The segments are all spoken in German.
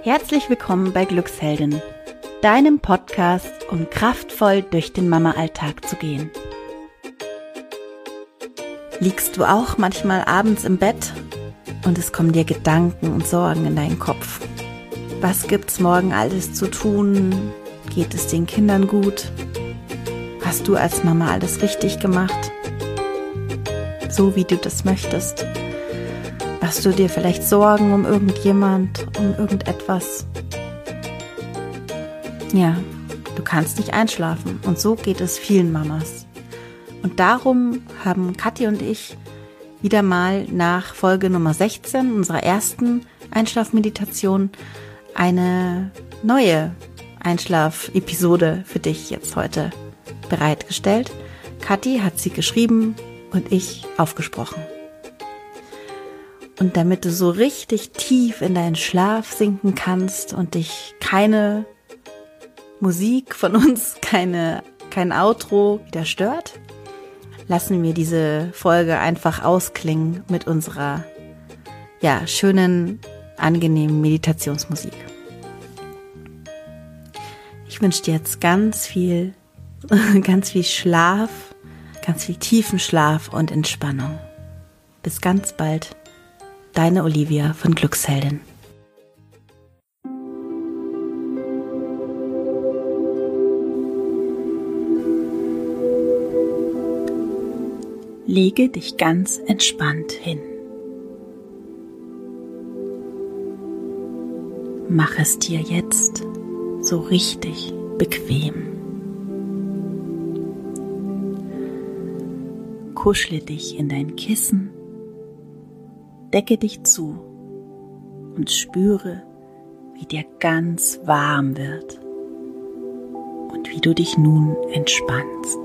Herzlich willkommen bei Glücksheldin, deinem Podcast, um kraftvoll durch den Mama-Alltag zu gehen. Liegst du auch manchmal abends im Bett und es kommen dir Gedanken und Sorgen in deinen Kopf? Was gibt's morgen alles zu tun? Geht es den Kindern gut? Hast du als Mama alles richtig gemacht? So wie du das möchtest? Machst du dir vielleicht Sorgen um irgendjemand, um irgendetwas? Ja, du kannst nicht einschlafen und so geht es vielen Mamas. Und darum haben Kathi und ich wieder mal nach Folge Nummer 16 unserer ersten Einschlafmeditation eine neue Einschlafepisode für dich jetzt heute bereitgestellt. Kathi hat sie geschrieben und ich aufgesprochen. Und damit du so richtig tief in deinen Schlaf sinken kannst und dich keine Musik von uns, kein Outro wieder stört, lassen wir diese Folge einfach ausklingen mit unserer schönen, angenehmen Meditationsmusik. Ich wünsche dir jetzt ganz viel Schlaf, ganz viel tiefen Schlaf und Entspannung. Bis ganz bald. Deine Olivia von Glücksheldin. Lege dich ganz entspannt hin. Mach es dir jetzt so richtig bequem. Kuschle dich in dein Kissen. Decke dich zu und spüre, wie dir ganz warm wird und wie du dich nun entspannst.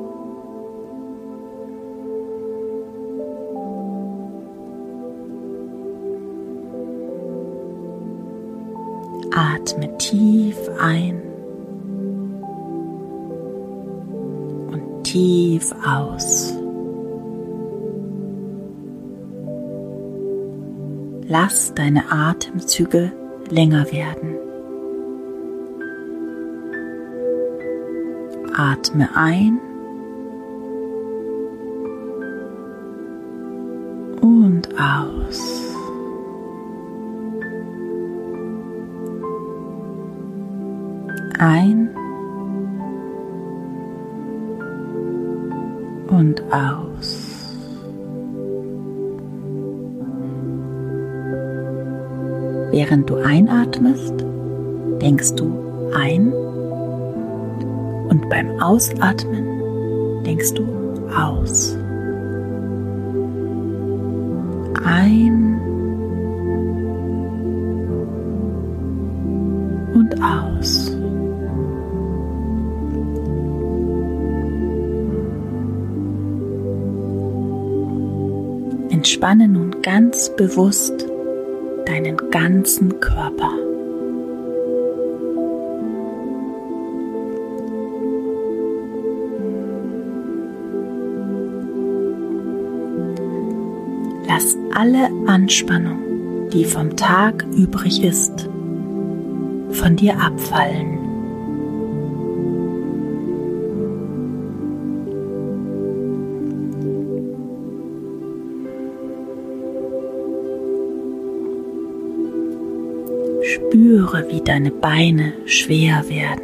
Atme tief ein und tief aus. Lass deine Atemzüge länger werden. Atme ein und aus. Ein und aus. Während du einatmest, denkst du ein und beim Ausatmen denkst du aus. Ein und aus. Entspanne nun ganz bewusst deinen ganzen Körper. Lass alle Anspannung, die vom Tag übrig ist, von dir abfallen. Spüre, wie deine Beine schwer werden,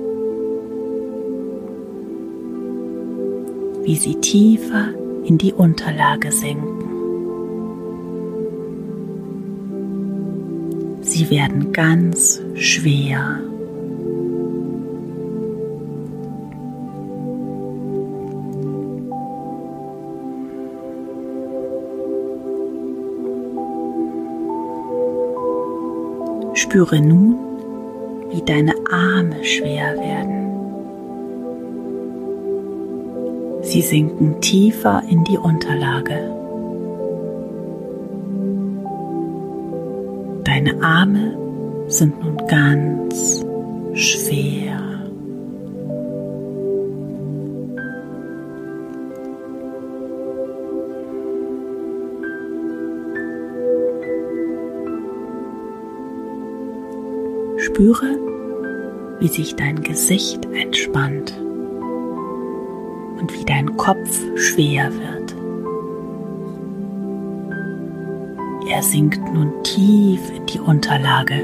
wie sie tiefer in die Unterlage sinken. Sie werden ganz schwer. Spüre nun, wie deine Arme schwer werden. Sie sinken tiefer in die Unterlage. Deine Arme sind nun ganz schwer. Spüre, wie sich dein Gesicht entspannt und wie dein Kopf schwer wird. Er sinkt nun tief in die Unterlage.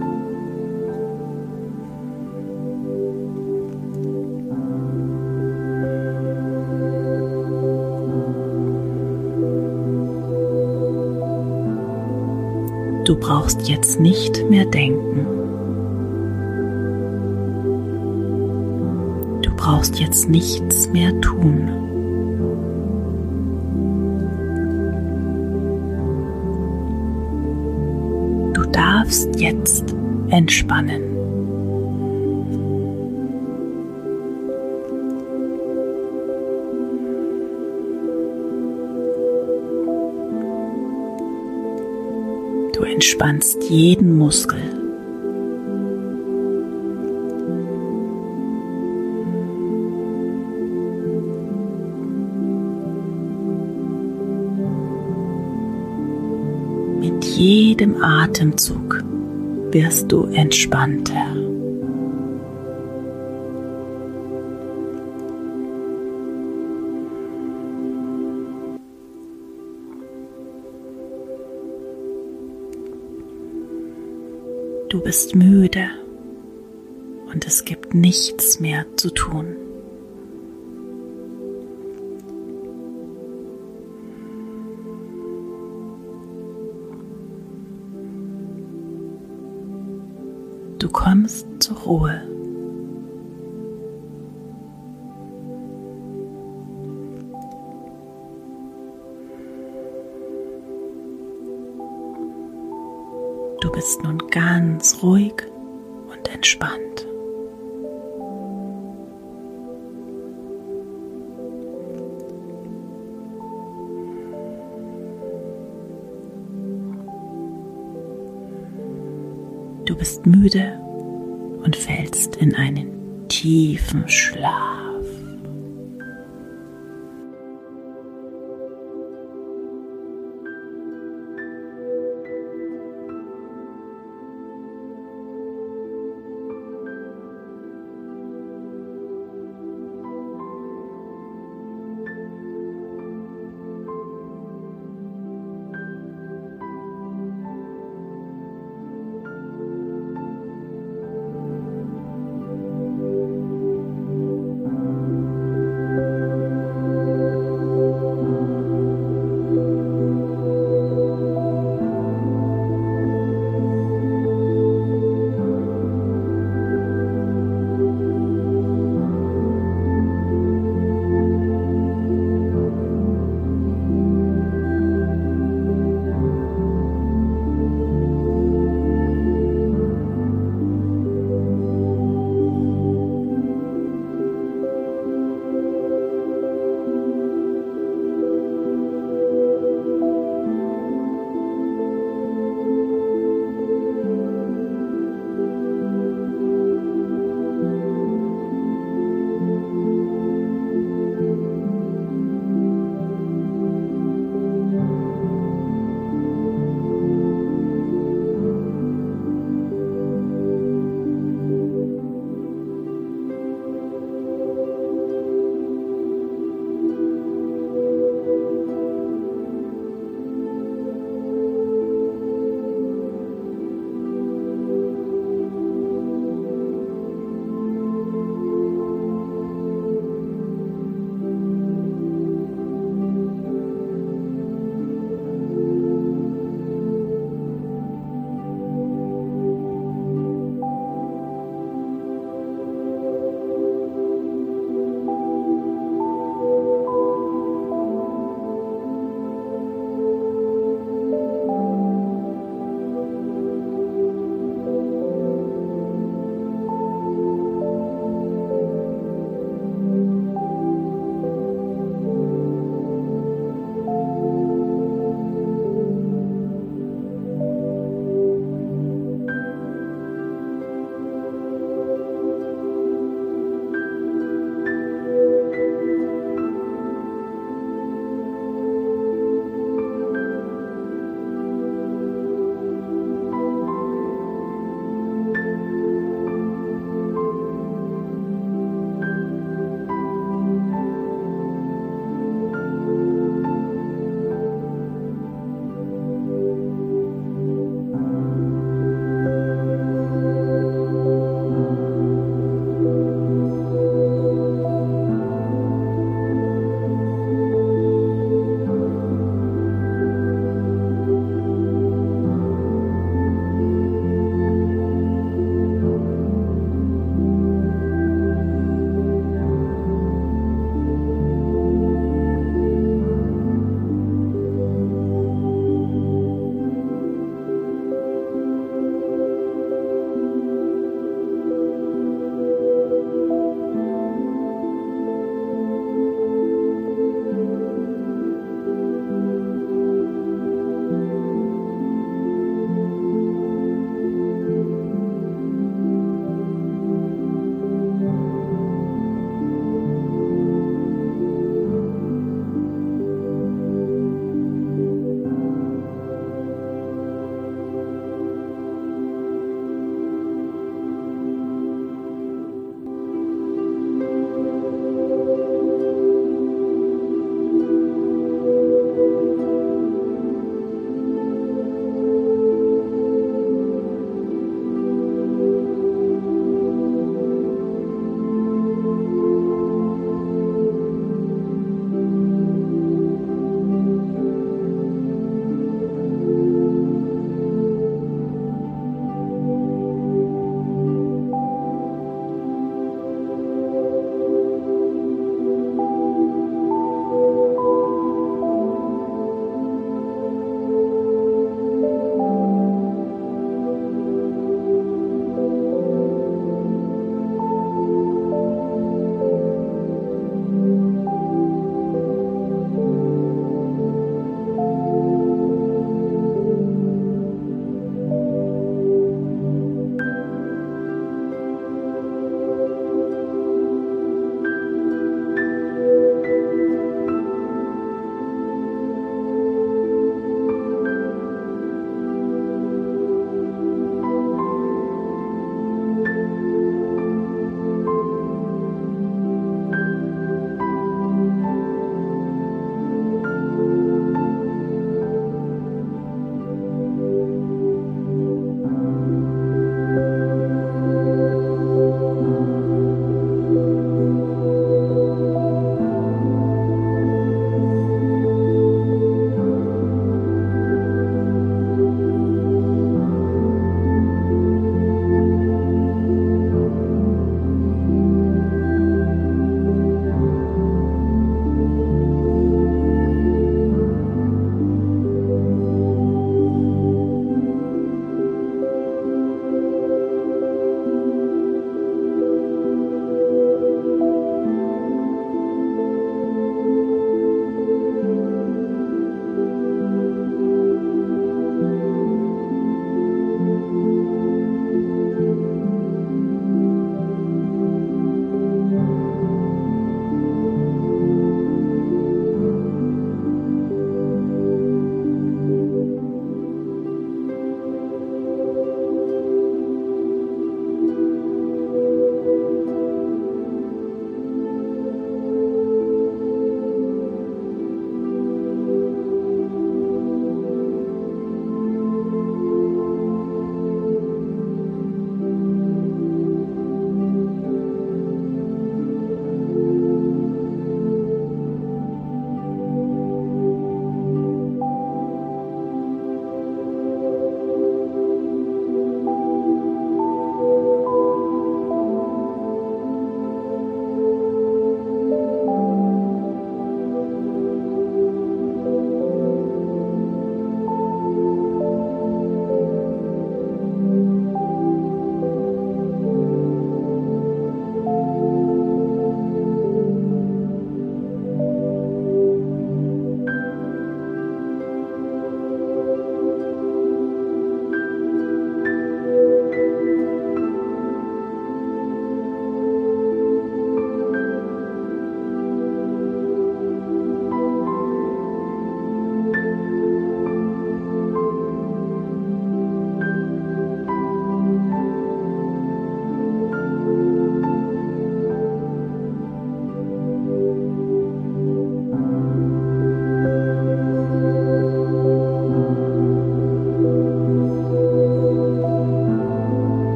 Du brauchst jetzt nicht mehr denken. Du brauchst jetzt nichts mehr tun. Du darfst jetzt entspannen. Du entspannst jeden Muskel. Mit jedem Atemzug wirst du entspannter. Du bist müde und es gibt nichts mehr zu tun. Du kommst zur Ruhe. Du bist nun ganz ruhig und entspannt. Du bist müde und fällst in einen tiefen Schlaf.